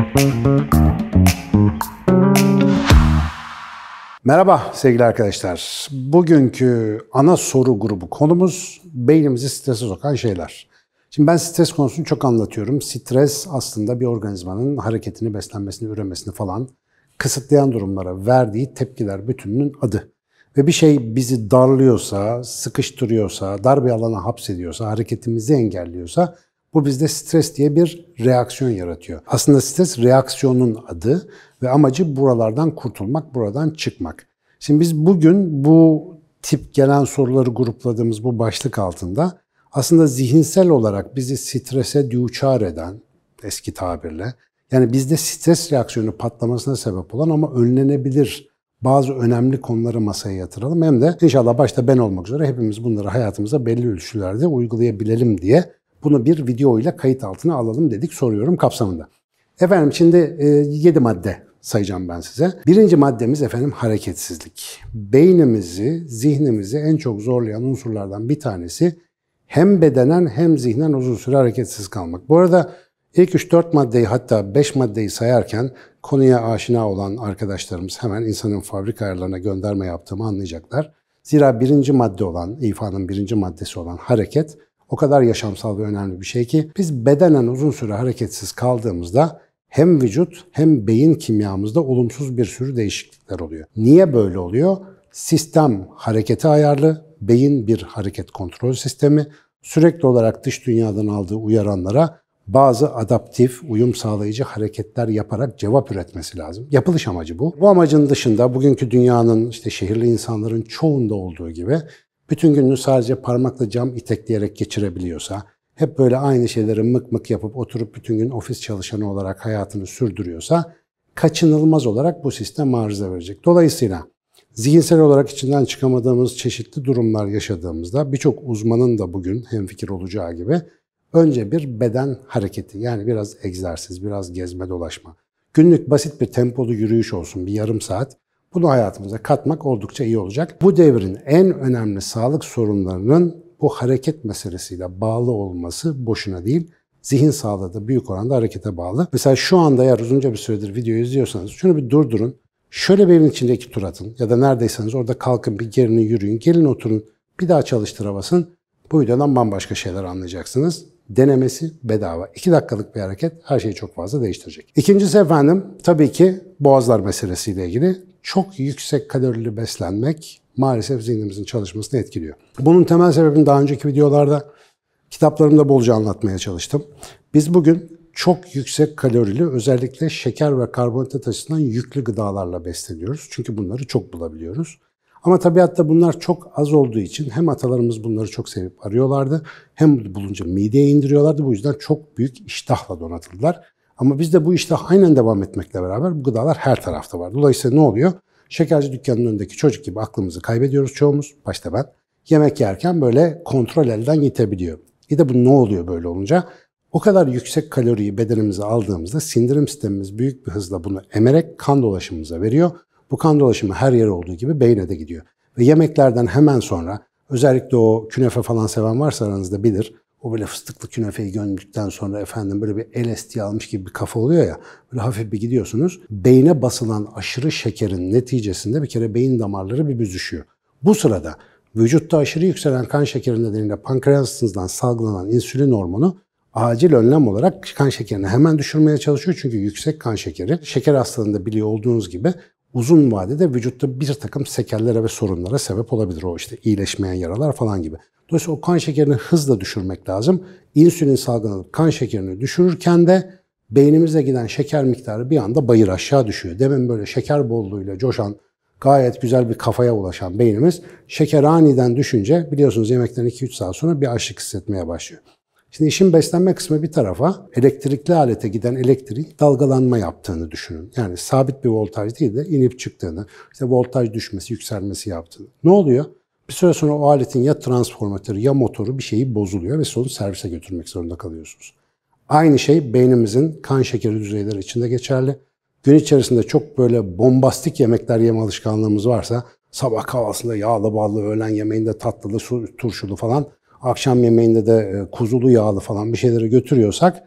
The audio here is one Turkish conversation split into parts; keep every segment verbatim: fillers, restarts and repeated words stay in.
Merhaba sevgili arkadaşlar. Bugünkü ana soru grubu konumuz beynimizi strese sokan şeyler. Şimdi ben stres konusunu çok anlatıyorum. Stres aslında bir organizmanın hareketini, beslenmesini, üremesini falan kısıtlayan durumlara verdiği tepkiler bütününün adı. Ve bir şey bizi darlıyorsa, sıkıştırıyorsa, dar bir alana hapsediyorsa, hareketimizi engelliyorsa bu bizde stres diye bir reaksiyon yaratıyor. Aslında stres reaksiyonun adı ve amacı buralardan kurtulmak, buradan çıkmak. Şimdi biz bugün bu tip gelen soruları grupladığımız bu başlık altında aslında zihinsel olarak bizi strese düçar eden, eski tabirle, yani bizde stres reaksiyonu patlamasına sebep olan ama önlenebilir bazı önemli konuları masaya yatıralım. Hem de inşallah başta ben olmak üzere hepimiz bunları hayatımıza belli ölçülerde uygulayabilelim diye bunu bir video ile kayıt altına alalım dedik, soruyorum kapsamında. Efendim şimdi yedi madde sayacağım ben size. Birinci maddemiz efendim hareketsizlik. Beynimizi, zihnimizi en çok zorlayan unsurlardan bir tanesi hem bedenen hem zihnen uzun süre hareketsiz kalmak. Bu arada ilk üç dört maddeyi hatta beş maddeyi sayarken konuya aşina olan arkadaşlarımız hemen insanın fabrika ayarlarına gönderme yaptığımı anlayacaklar. Zira birinci madde olan, İFA'nın birinci maddesi olan hareket o kadar yaşamsal ve önemli bir şey ki biz bedenen uzun süre hareketsiz kaldığımızda hem vücut hem beyin kimyamızda olumsuz bir sürü değişiklikler oluyor. Niye böyle oluyor? Sistem harekete ayarlı, beyin bir hareket kontrol sistemi. Sürekli olarak dış dünyadan aldığı uyaranlara bazı adaptif, uyum sağlayıcı hareketler yaparak cevap üretmesi lazım. Yapılış amacı bu. Bu amacın dışında bugünkü dünyanın işte şehirli insanların çoğunda olduğu gibi bütün gününü sadece parmakla cam itekleyerek geçirebiliyorsa, hep böyle aynı şeyleri mık mık yapıp oturup bütün gün ofis çalışanı olarak hayatını sürdürüyorsa kaçınılmaz olarak bu sistem arıza verecek. Dolayısıyla zihinsel olarak içinden çıkamadığımız çeşitli durumlar yaşadığımızda birçok uzmanın da bugün hemfikir olacağı gibi önce bir beden hareketi, yani biraz egzersiz, biraz gezme dolaşma, günlük basit bir tempolu yürüyüş olsun bir yarım saat, bunu hayatımıza katmak oldukça iyi olacak. Bu devrin en önemli sağlık sorunlarının bu hareket meselesiyle bağlı olması boşuna değil, zihin sağlığı da büyük oranda harekete bağlı. Mesela şu anda eğer uzunca bir süredir videoyu izliyorsanız şunu bir durdurun, şöyle bir evin içinde iki tur atın ya da neredeyseniz orada kalkın bir gelin yürüyün, gelin oturun, bir daha çalıştıra basın. Bu videodan bambaşka şeyler anlayacaksınız. Denemesi bedava. iki dakikalık bir hareket her şeyi çok fazla değiştirecek. İkincisi efendim tabii ki boğazlar meselesiyle ilgili. Çok yüksek kalorili beslenmek maalesef zihnimizin çalışmasını etkiliyor. Bunun temel sebebini daha önceki videolarda, kitaplarımda bolca anlatmaya çalıştım. Biz bugün çok yüksek kalorili, özellikle şeker ve karbonhidrat açısından yüklü gıdalarla besleniyoruz. Çünkü bunları çok bulabiliyoruz. Ama tabiatta bunlar çok az olduğu için hem atalarımız bunları çok sevip arıyorlardı, hem bulunca mideye indiriyorlardı. Bu yüzden çok büyük iştahla donatıldılar. Ama bizde bu iştah aynen devam etmekle beraber bu gıdalar her tarafta var. Dolayısıyla ne oluyor? Şekerci dükkanının önündeki çocuk gibi aklımızı kaybediyoruz çoğumuz, başta ben. Yemek yerken böyle kontrol elden yitebiliyor. Bir de bu ne oluyor böyle olunca? O kadar yüksek kaloriyi bedenimize aldığımızda sindirim sistemimiz büyük bir hızla bunu emerek kan dolaşımımıza veriyor. Bu kan dolaşımı her yere olduğu gibi beyne de gidiyor. Ve yemeklerden hemen sonra, özellikle o künefe falan seven varsa aranızda bilir, o böyle fıstıklı künefeyi gömdükten sonra efendim böyle bir L S D almış gibi bir kafa oluyor ya, böyle hafif bir gidiyorsunuz. Beyne basılan aşırı şekerin neticesinde bir kere beyin damarları bir büzüşüyor. Bu sırada vücutta aşırı yükselen kan şekeri nedeniyle pankreasınızdan salgılanan insülin hormonu acil önlem olarak kan şekerini hemen düşürmeye çalışıyor. Çünkü yüksek kan şekeri, şeker hastalığında biliyor olduğunuz gibi uzun vadede vücutta bir takım sekerlere ve sorunlara sebep olabilir. O işte iyileşmeyen yaralar falan gibi. Dolayısıyla o kan şekerini hızla düşürmek lazım. İnsülin salgılanıp kan şekerini düşürürken de beynimize giden şeker miktarı bir anda bayır aşağı düşüyor. Demin böyle şeker bolluğuyla coşan, gayet güzel bir kafaya ulaşan beynimiz şeker aniden düşünce biliyorsunuz yemekten iki üç saat sonra bir açlık hissetmeye başlıyor. Şimdi işin beslenme kısmı bir tarafa, elektrikli alete giden elektriğin dalgalanma yaptığını düşünün. Yani sabit bir voltaj değil de inip çıktığını, işte voltaj düşmesi, yükselmesi yaptığını. Ne oluyor? Bir süre sonra o aletin ya transformatörü ya motoru bir şeyi bozuluyor ve sonra servise götürmek zorunda kalıyorsunuz. Aynı şey beynimizin kan şekeri düzeyleri için de geçerli. Gün içerisinde çok böyle bombastik yemekler yeme alışkanlığımız varsa, sabah kahvaltısında yağlı ballı, öğlen yemeğinde tatlılı, turşulu falan, akşam yemeğinde de kuzulu yağlı falan bir şeyleri götürüyorsak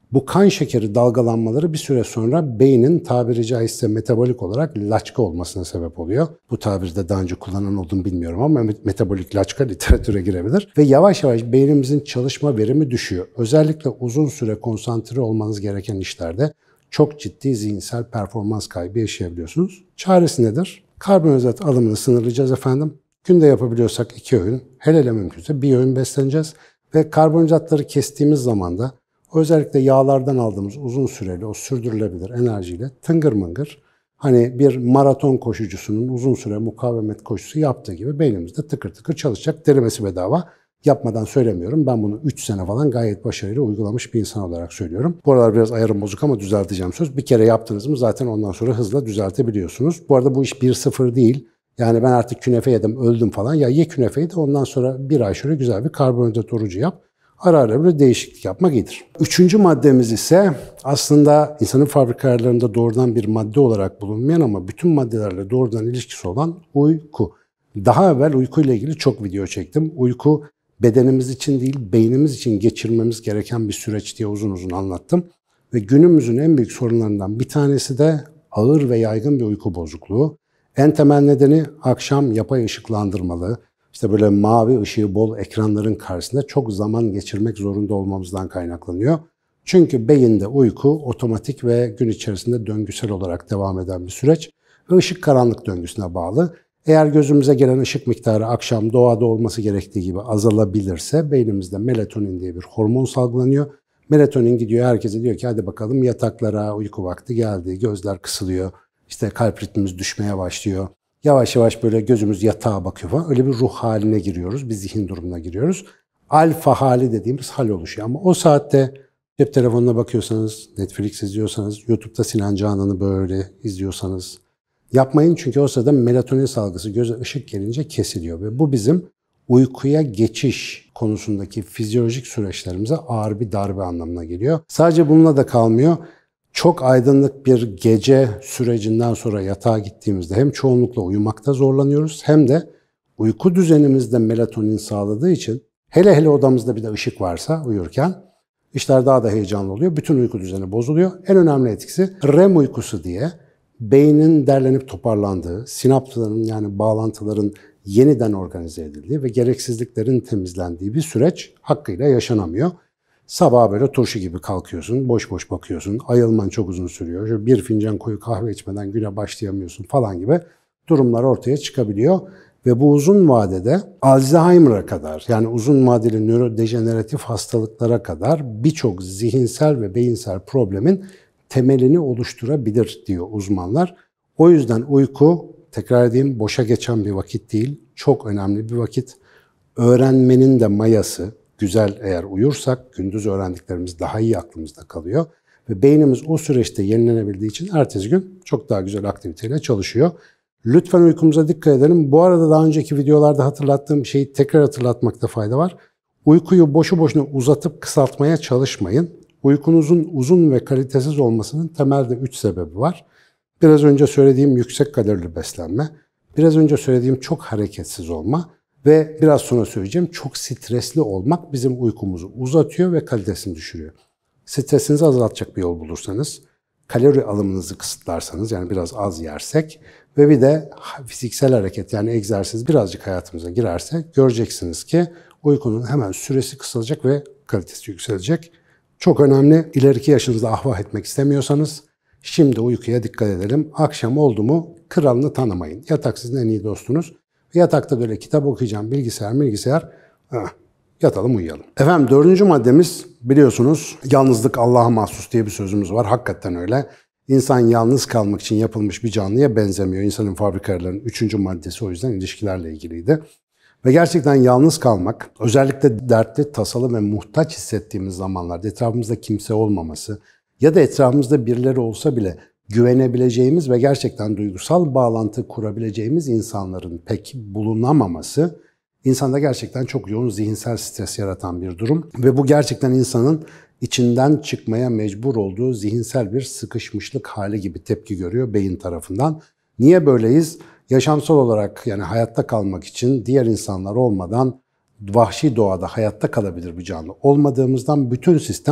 Bu kan şekeri dalgalanmaları bir süre sonra beynin tabiri caizse metabolik olarak laçka olmasına sebep oluyor. Bu tabirde daha önce kullanan olduğunu bilmiyorum ama metabolik laçka literatüre girebilir. Ve yavaş yavaş beynimizin çalışma verimi düşüyor. Özellikle uzun süre konsantre olmanız gereken işlerde çok ciddi zihinsel performans kaybı yaşayabiliyorsunuz. Çaresi nedir? Karbonhidrat alımını sınırlayacağız efendim. Günde yapabiliyorsak iki öğün, hele hele mümkünse bir öğün besleneceğiz. Ve karbonhidratları kestiğimiz zaman da özellikle yağlardan aldığımız uzun süreli o sürdürülebilir enerjiyle tıngır mıngır hani bir maraton koşucusunun uzun süre mukavemet koşusu yaptığı gibi beynimizde tıkır tıkır çalışacak. Denemesi bedava. Yapmadan söylemiyorum. Ben bunu üç sene falan gayet başarıyla uygulamış bir insan olarak söylüyorum. Bu aralar biraz ayarım bozuk ama düzelteceğim söz. Bir kere yaptınız mı zaten ondan sonra hızla düzeltebiliyorsunuz. Bu arada bu iş bir sıfır değil. Yani ben artık künefe yedim, öldüm falan. Ya ye künefeyi de ondan sonra bir ay şöyle güzel bir karbonhidrat orucu yap. Ara ara böyle değişiklik yapmak iyidir. Üçüncü maddemiz ise aslında insanın fabrika ayarlarında doğrudan bir madde olarak bulunmayan ama bütün maddelerle doğrudan ilişkisi olan uyku. Daha evvel uykuyla ilgili çok video çektim. Uyku bedenimiz için değil, beynimiz için geçirmemiz gereken bir süreç diye uzun uzun anlattım. Ve günümüzün en büyük sorunlarından bir tanesi de ağır ve yaygın bir uyku bozukluğu. En temel nedeni akşam yapay ışıklandırmalı, işte böyle mavi ışığı bol ekranların karşısında çok zaman geçirmek zorunda olmamızdan kaynaklanıyor. Çünkü beyinde uyku otomatik ve gün içerisinde döngüsel olarak devam eden bir süreç ve ışık karanlık döngüsüne bağlı. Eğer gözümüze gelen ışık miktarı akşam doğada olması gerektiği gibi azalabilirse beynimizde melatonin diye bir hormon salgılanıyor. Melatonin gidiyor herkese diyor ki hadi bakalım yataklara, uyku vakti geldi, gözler kısılıyor, işte kalp ritmimiz düşmeye başlıyor. Yavaş yavaş böyle gözümüz yatağa bakıyor falan. Öyle bir ruh haline giriyoruz, bir zihin durumuna giriyoruz. Alfa hali dediğimiz hal oluşuyor. Ama o saatte cep telefonuna bakıyorsanız, Netflix izliyorsanız, YouTube'da Sinan Canan'ı böyle izliyorsanız yapmayın. Çünkü o sırada melatonin salgısı göze ışık gelince kesiliyor. Ve bu bizim uykuya geçiş konusundaki fizyolojik süreçlerimize ağır bir darbe anlamına geliyor. Sadece bununla da kalmıyor. Çok aydınlık bir gece sürecinden sonra yatağa gittiğimizde hem çoğunlukla uyumakta zorlanıyoruz hem de uyku düzenimizde melatonin sağladığı için hele hele odamızda bir de ışık varsa uyurken işler daha da heyecanlı oluyor. Bütün uyku düzeni bozuluyor. En önemli etkisi R E M uykusu diye beynin derlenip toparlandığı, sinapsların yani bağlantıların yeniden organize edildiği ve gereksizliklerin temizlendiği bir süreç hakkıyla yaşanamıyor. Sabah böyle turşu gibi kalkıyorsun, boş boş bakıyorsun, ayılman çok uzun sürüyor, şöyle bir fincan koyu kahve içmeden güne başlayamıyorsun falan gibi durumlar ortaya çıkabiliyor. Ve bu uzun vadede Alzheimer'a kadar yani uzun vadeli nörodejeneratif hastalıklara kadar birçok zihinsel ve beyinsel problemin temelini oluşturabilir diyor uzmanlar. O yüzden uyku, tekrar edeyim, boşa geçen bir vakit değil, çok önemli bir vakit. Öğrenmenin de mayası, güzel eğer uyursak gündüz öğrendiklerimiz daha iyi aklımızda kalıyor. Ve beynimiz o süreçte yenilenebildiği için ertesi gün çok daha güzel aktiviteyle çalışıyor. Lütfen uykumuza dikkat edelim. Bu arada daha önceki videolarda hatırlattığım şeyi tekrar hatırlatmakta fayda var. Uykuyu boşu boşuna uzatıp kısaltmaya çalışmayın. Uykunuzun uzun ve kalitesiz olmasının temelde üç sebebi var. Biraz önce söylediğim yüksek kalorili beslenme, biraz önce söylediğim çok hareketsiz olma ve biraz sonra söyleyeceğim çok stresli olmak bizim uykumuzu uzatıyor ve kalitesini düşürüyor. Stresinizi azaltacak bir yol bulursanız, kalori alımınızı kısıtlarsanız yani biraz az yersek ve bir de fiziksel hareket yani egzersiz birazcık hayatımıza girerse göreceksiniz ki uykunun hemen süresi kısalacak ve kalitesi yükselecek. Çok önemli. İleriki yaşınızda ahvah etmek istemiyorsanız şimdi uykuya dikkat edelim. Akşam oldu mu kralını tanımayın. Yatak sizin en iyi dostunuz. Yatakta böyle kitap okuyacağım, bilgisayar, bilgisayar. Ah, yatalım uyuyalım. Efendim dördüncü maddemiz biliyorsunuz yalnızlık Allah'a mahsus diye bir sözümüz var. Hakikaten öyle. İnsan yalnız kalmak için yapılmış bir canlıya benzemiyor. İnsanın fabrikalarının üçüncü maddesi o yüzden ilişkilerle ilgiliydi. Ve gerçekten yalnız kalmak, özellikle dertli, tasalı ve muhtaç hissettiğimiz zamanlarda etrafımızda kimse olmaması ya da etrafımızda birileri olsa bile güvenebileceğimiz ve gerçekten duygusal bağlantı kurabileceğimiz insanların pek bulunamaması insanda gerçekten çok yoğun zihinsel stres yaratan bir durum. Ve bu gerçekten insanın içinden çıkmaya mecbur olduğu zihinsel bir sıkışmışlık hali gibi tepki görüyor beyin tarafından. Niye böyleyiz? Yaşamsal olarak yani hayatta kalmak için diğer insanlar olmadan vahşi doğada hayatta kalabilir bir canlı olmadığımızdan bütün sistem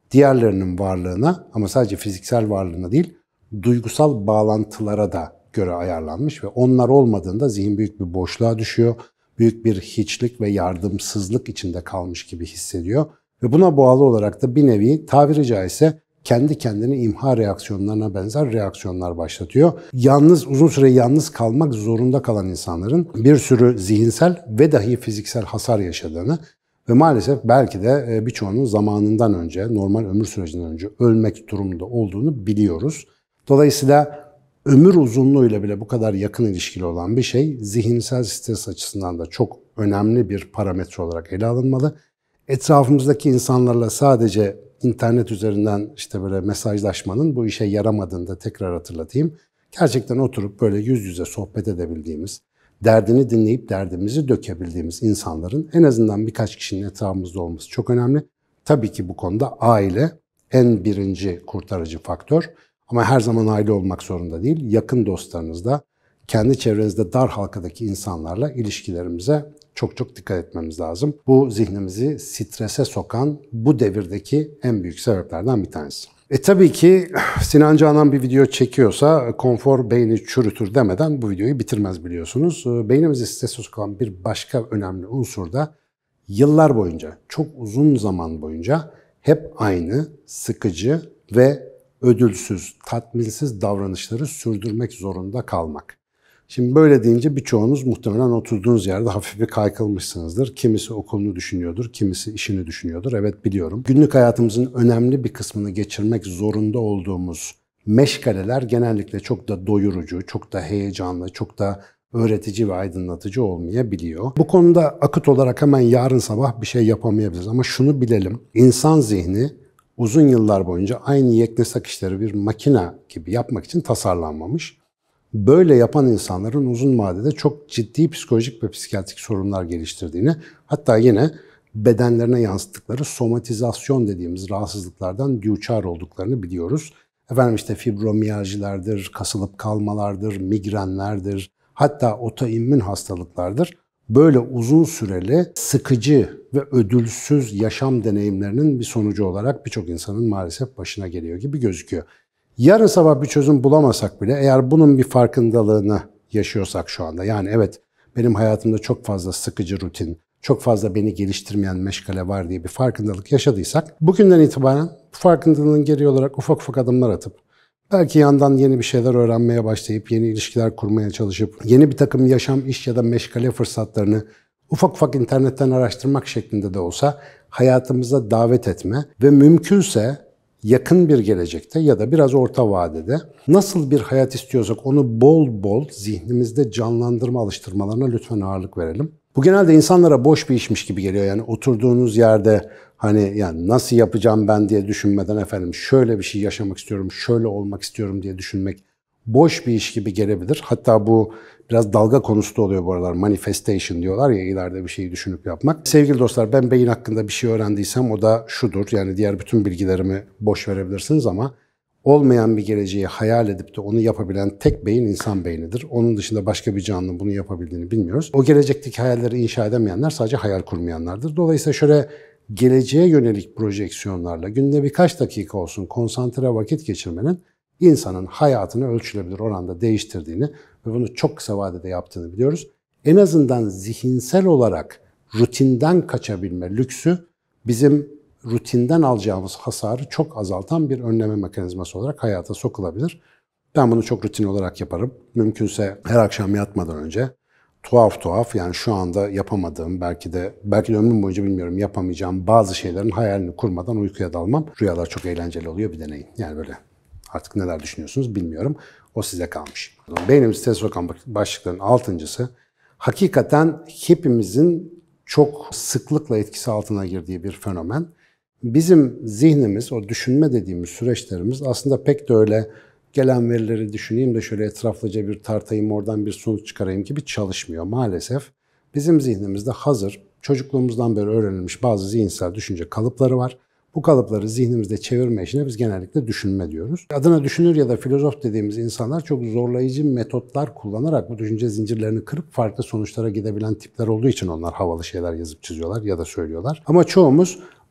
diğerlerinin varlığına ama sadece fiziksel varlığına değil, duygusal bağlantılara da göre ayarlanmış ve onlar olmadığında zihin büyük bir boşluğa düşüyor. Büyük bir hiçlik ve yardımsızlık içinde kalmış gibi hissediyor. Ve buna bağlı olarak da bir nevi tabiri caizse kendi kendini imha reaksiyonlarına benzer reaksiyonlar başlatıyor. Yalnız, uzun süre yalnız kalmak zorunda kalan insanların bir sürü zihinsel ve dahi fiziksel hasar yaşadığını ve maalesef belki de birçoğunun zamanından önce, normal ömür sürecinden önce ölmek durumunda olduğunu biliyoruz. Dolayısıyla ömür uzunluğuyla bile bu kadar yakın ilişkili olan bir şey zihinsel stres açısından da çok önemli bir parametre olarak ele alınmalı. Etrafımızdaki insanlarla sadece internet üzerinden işte böyle mesajlaşmanın bu işe yaramadığını da tekrar hatırlatayım. Gerçekten oturup böyle yüz yüze sohbet edebildiğimiz, derdini dinleyip derdimizi dökebildiğimiz insanların en azından birkaç kişinin etrafımızda olması çok önemli. Tabii ki bu konuda aile en birinci kurtarıcı faktör. Ama her zaman aile olmak zorunda değil. Yakın dostlarınızda, kendi çevrenizde dar halkadaki insanlarla ilişkilerimize çok çok dikkat etmemiz lazım. Bu zihnimizi strese sokan bu devirdeki en büyük sebeplerden bir tanesi. E tabii ki Sinan Canan bir video çekiyorsa konfor beyni çürütür demeden bu videoyu bitirmez biliyorsunuz. Beynimizi strese sokan bir başka önemli unsur da yıllar boyunca, çok uzun zaman boyunca hep aynı, sıkıcı ve ödülsüz, tatminsiz davranışları sürdürmek zorunda kalmak. Şimdi böyle deyince birçoğunuz muhtemelen oturduğunuz yerde hafif bir kaykılmışsınızdır. Kimisi okulunu düşünüyordur, kimisi işini düşünüyordur. Evet biliyorum. Günlük hayatımızın önemli bir kısmını geçirmek zorunda olduğumuz meşgaleler genellikle çok da doyurucu, çok da heyecanlı, çok da öğretici ve aydınlatıcı olmayabiliyor. Bu konuda akıt olarak hemen yarın sabah bir şey yapamayabiliriz. Ama şunu bilelim, insan zihni uzun yıllar boyunca aynı yeknesak işleri bir makine gibi yapmak için tasarlanmamış. Böyle yapan insanların uzun vadede çok ciddi psikolojik ve psikiyatrik sorunlar geliştirdiğini, hatta yine bedenlerine yansıttıkları somatizasyon dediğimiz rahatsızlıklardan düçar olduklarını biliyoruz. Efendim işte fibromiyaljilerdir, kasılıp kalmalardır, migrenlerdir, hatta otoimmün hastalıklardır. Böyle uzun süreli, sıkıcı ve ödülsüz yaşam deneyimlerinin bir sonucu olarak birçok insanın maalesef başına geliyor gibi gözüküyor. Yarın sabah bir çözüm bulamasak bile eğer bunun bir farkındalığını yaşıyorsak şu anda, yani evet benim hayatımda çok fazla sıkıcı rutin, çok fazla beni geliştirmeyen meşgale var diye bir farkındalık yaşadıysak, bugünden itibaren bu farkındalığın geri olarak ufak ufak adımlar atıp, belki yandan yeni bir şeyler öğrenmeye başlayıp, yeni ilişkiler kurmaya çalışıp, yeni bir takım yaşam, iş ya da meşgale fırsatlarını ufak ufak internetten araştırmak şeklinde de olsa hayatımıza davet etme ve mümkünse yakın bir gelecekte ya da biraz orta vadede nasıl bir hayat istiyorsak onu bol bol zihnimizde canlandırma alıştırmalarına lütfen ağırlık verelim. Bu genelde insanlara boş bir işmiş gibi geliyor. Yani oturduğunuz yerde hani yani nasıl yapacağım ben diye düşünmeden efendim şöyle bir şey yaşamak istiyorum, şöyle olmak istiyorum diye düşünmek boş bir iş gibi gelebilir. Hatta bu biraz dalga konusu da oluyor bu aralar. Manifestation diyorlar ya, ileride bir şeyi düşünüp yapmak. Sevgili dostlar, ben beyin hakkında bir şey öğrendiysem o da şudur. Yani diğer bütün bilgilerimi boş verebilirsiniz ama olmayan bir geleceği hayal edip de onu yapabilen tek beyin insan beynidir. Onun dışında başka bir canlının bunu yapabildiğini bilmiyoruz. O gelecekteki hayalleri inşa edemeyenler sadece hayal kurmayanlardır. Dolayısıyla şöyle geleceğe yönelik projeksiyonlarla günde birkaç dakika olsun konsantre vakit geçirmenin insanın hayatını ölçülebilir oranda değiştirdiğini ve bunu çok kısa vadede yaptığını biliyoruz. En azından zihinsel olarak rutinden kaçabilme lüksü bizim rutinden alacağımız hasarı çok azaltan bir önleme mekanizması olarak hayata sokulabilir. Ben bunu çok rutin olarak yaparım. Mümkünse her akşam yatmadan önce tuhaf tuhaf, yani şu anda yapamadığım, belki de belki de ömrüm boyunca bilmiyorum yapamayacağım bazı şeylerin hayalini kurmadan uykuya dalmam. Rüyalar çok eğlenceli oluyor, bir deneyin. Yani böyle artık neler düşünüyorsunuz bilmiyorum. O size kalmış. Beynimizi strese sokan başlıkların altıncısı, hakikaten hepimizin çok sıklıkla etkisi altına girdiği bir fenomen. Bizim zihnimiz, o düşünme dediğimiz süreçlerimiz aslında pek de öyle gelen verileri düşüneyim de şöyle etraflıca bir tartayım, oradan bir sonuç çıkarayım gibi çalışmıyor maalesef. Bizim zihnimizde hazır, çocukluğumuzdan beri öğrenilmiş bazı zihinsel düşünce kalıpları var. Bu kalıpları zihnimizde çevirme işine biz genellikle düşünme diyoruz. Adına düşünür ya da filozof dediğimiz insanlar çok zorlayıcı metotlar kullanarak bu düşünce zincirlerini kırıp farklı sonuçlara gidebilen tipler olduğu için onlar havalı şeyler yazıp çiziyorlar ya da söylüyorlar. Ama çoğumuz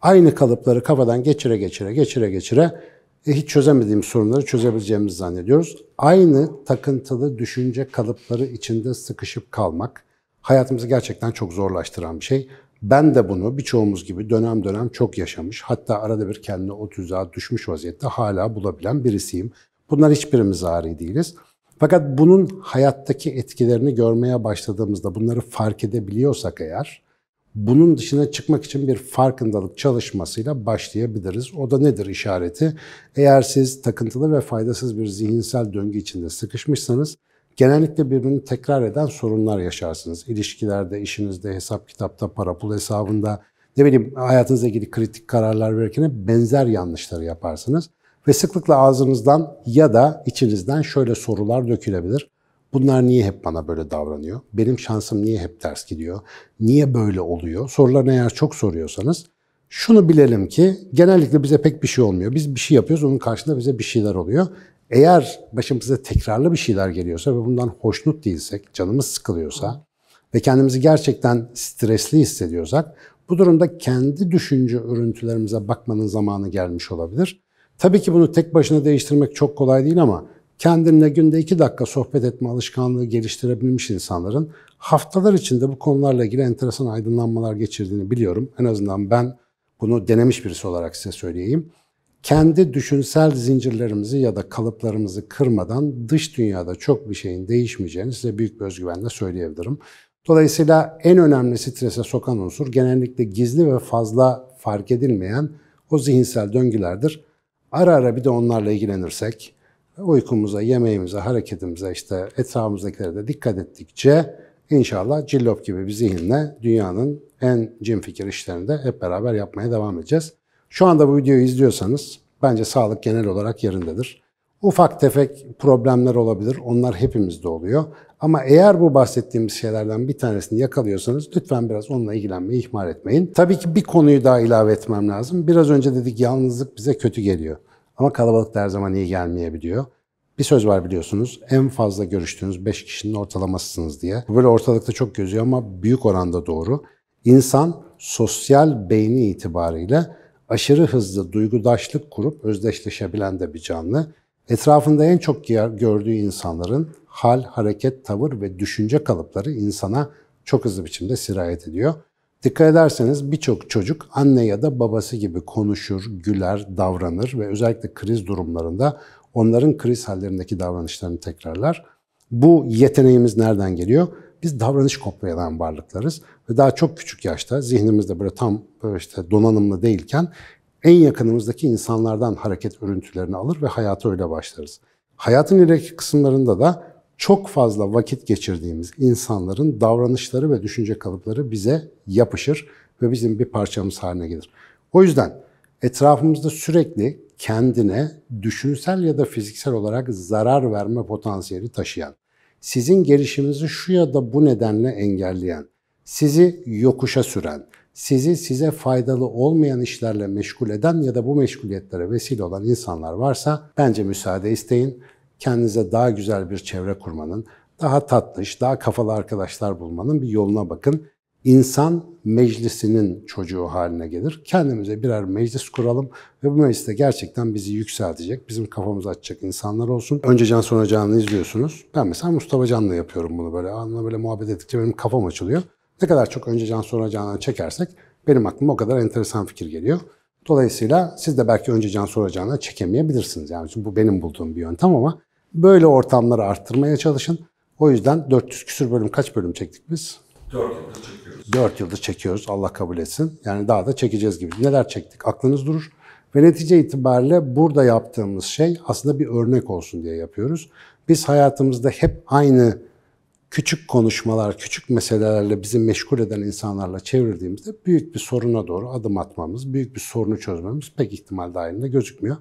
Aynı kalıpları kafadan geçire geçire geçire geçire e, hiç çözemediğimiz sorunları çözebileceğimizi zannediyoruz. Aynı takıntılı düşünce kalıpları içinde sıkışıp kalmak hayatımızı gerçekten çok zorlaştıran bir şey. Ben de bunu birçoğumuz gibi dönem dönem çok yaşamış, hatta arada bir kendine o tuzağa düşmüş vaziyette hala bulabilen birisiyim. Bunlar hiçbirimiz ari değiliz. Fakat bunun hayattaki etkilerini görmeye başladığımızda, bunları fark edebiliyorsak eğer, bunun dışına çıkmak için bir farkındalık çalışmasıyla başlayabiliriz. O da nedir işareti? Eğer siz takıntılı ve faydasız bir zihinsel döngü içinde sıkışmışsanız, genellikle birbirini tekrar eden sorunlar yaşarsınız. İlişkilerde, işinizde, hesap kitapta, para pul hesabında, ne bileyim hayatınızla ilgili kritik kararlar verirken benzer yanlışları yaparsınız. Ve sıklıkla ağzınızdan ya da içinizden şöyle sorular dökülebilir. Bunlar niye hep bana böyle davranıyor? Benim şansım niye hep ters gidiyor? Niye böyle oluyor? Sorularını eğer çok soruyorsanız şunu bilelim ki genellikle bize pek bir şey olmuyor. Biz bir şey yapıyoruz, onun karşılığında bize bir şeyler oluyor. Eğer başımıza tekrarlı bir şeyler geliyorsa ve bundan hoşnut değilsek, canımız sıkılıyorsa ve kendimizi gerçekten stresli hissediyorsak, bu durumda kendi düşünce örüntülerimize bakmanın zamanı gelmiş olabilir. Tabii ki bunu tek başına değiştirmek çok kolay değil ama kendinle günde iki dakika sohbet etme alışkanlığı geliştirebilmiş insanların haftalar içinde bu konularla ilgili enteresan aydınlanmalar geçirdiğini biliyorum. En azından ben bunu denemiş birisi olarak size söyleyeyim. Kendi düşünsel zincirlerimizi ya da kalıplarımızı kırmadan dış dünyada çok bir şeyin değişmeyeceğini size büyük bir özgüvenle söyleyebilirim. Dolayısıyla en önemli strese sokan unsur genellikle gizli ve fazla fark edilmeyen o zihinsel döngülerdir. Ara ara bir de onlarla ilgilenirsek, uykumuza, yemeğimize, hareketimize, işte etrafımızdakilere de dikkat ettikçe inşallah cillop gibi bir zihinle dünyanın en cin işlerini de hep beraber yapmaya devam edeceğiz. Şu anda bu videoyu izliyorsanız bence sağlık genel olarak yerindedir. Ufak tefek problemler olabilir, onlar hepimizde oluyor. Ama eğer bu bahsettiğimiz şeylerden bir tanesini yakalıyorsanız lütfen biraz onunla ilgilenmeyi ihmal etmeyin. Tabii ki bir konuyu daha ilave etmem lazım. Biraz önce dedik yalnızlık bize kötü geliyor. Ama kalabalık da her zaman iyi gelmeyebiliyor. Bir söz var biliyorsunuz, en fazla görüştüğünüz beş kişinin ortalamasısınız diye. Bu böyle ortalıkta çok gözüyor ama büyük oranda doğru. İnsan sosyal beyni itibariyle aşırı hızlı duygudaşlık kurup özdeşleşebilen de bir canlı. Etrafında en çok gördüğü insanların hal, hareket, tavır ve düşünce kalıpları insana çok hızlı biçimde sirayet ediyor. Dikkat ederseniz birçok çocuk anne ya da babası gibi konuşur, güler, davranır ve özellikle kriz durumlarında onların kriz hallerindeki davranışlarını tekrarlar. Bu yeteneğimiz nereden geliyor? Biz davranış kopyalayan varlıklarız ve daha çok küçük yaşta zihnimizde böyle tam böyle işte donanımlı değilken en yakınımızdaki insanlardan hareket örüntülerini alır ve hayata öyle başlarız. Hayatın ileriki kısımlarında da çok fazla vakit geçirdiğimiz insanların davranışları ve düşünce kalıpları bize yapışır ve bizim bir parçamız haline gelir. O yüzden etrafımızda sürekli kendine düşünsel ya da fiziksel olarak zarar verme potansiyeli taşıyan, sizin gelişiminizi şu ya da bu nedenle engelleyen, sizi yokuşa süren, sizi size faydalı olmayan işlerle meşgul eden ya da bu meşguliyetlere vesile olan insanlar varsa bence müsaade isteyin. Kendinize daha güzel bir çevre kurmanın, daha tatlış, daha kafalı arkadaşlar bulmanın bir yoluna bakın. İnsan meclisinin çocuğu haline gelir. Kendimize birer meclis kuralım ve bu mecliste gerçekten bizi yükseltecek, bizim kafamızı açacak insanlar olsun. Önce Can sonra Can'ı izliyorsunuz. Ben mesela Mustafa Can'la yapıyorum bunu böyle. Onunla böyle muhabbet ettikçe benim kafam açılıyor. Ne kadar çok Önce Can sonra Can'ı çekersek benim aklıma o kadar enteresan fikir geliyor. Dolayısıyla siz de belki Önce Can sonra Can'ı çekemeyebilirsiniz. Yani çünkü bu benim bulduğum bir yöntem ama böyle ortamları arttırmaya çalışın. O yüzden dört yüz küsur bölüm, kaç bölüm çektik biz? dört yıldır çekiyoruz. dört yıldır çekiyoruz. Allah kabul etsin. Yani daha da çekeceğiz gibi. Neler çektik? Aklınız durur. Ve netice itibariyle burada yaptığımız şey aslında bir örnek olsun diye yapıyoruz. Biz hayatımızda hep aynı küçük konuşmalar, küçük meselelerle bizi meşgul eden insanlarla çevirdiğimizde büyük bir soruna doğru adım atmamız, büyük bir sorunu çözmemiz pek ihtimal dahilinde gözükmüyor.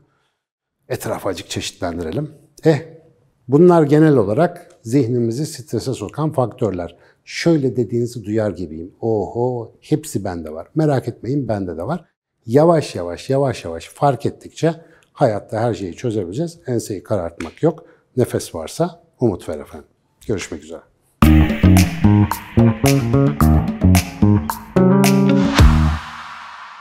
Etrafı azıcık çeşitlendirelim. Eh, bunlar genel olarak zihnimizi strese sokan faktörler. Şöyle dediğinizi duyar gibiyim. Oho, hepsi bende var. Merak etmeyin, bende de var. Yavaş yavaş, yavaş yavaş fark ettikçe hayatta her şeyi çözebileceğiz. Enseyi karartmak yok. Nefes varsa umut ver efendim. Görüşmek üzere.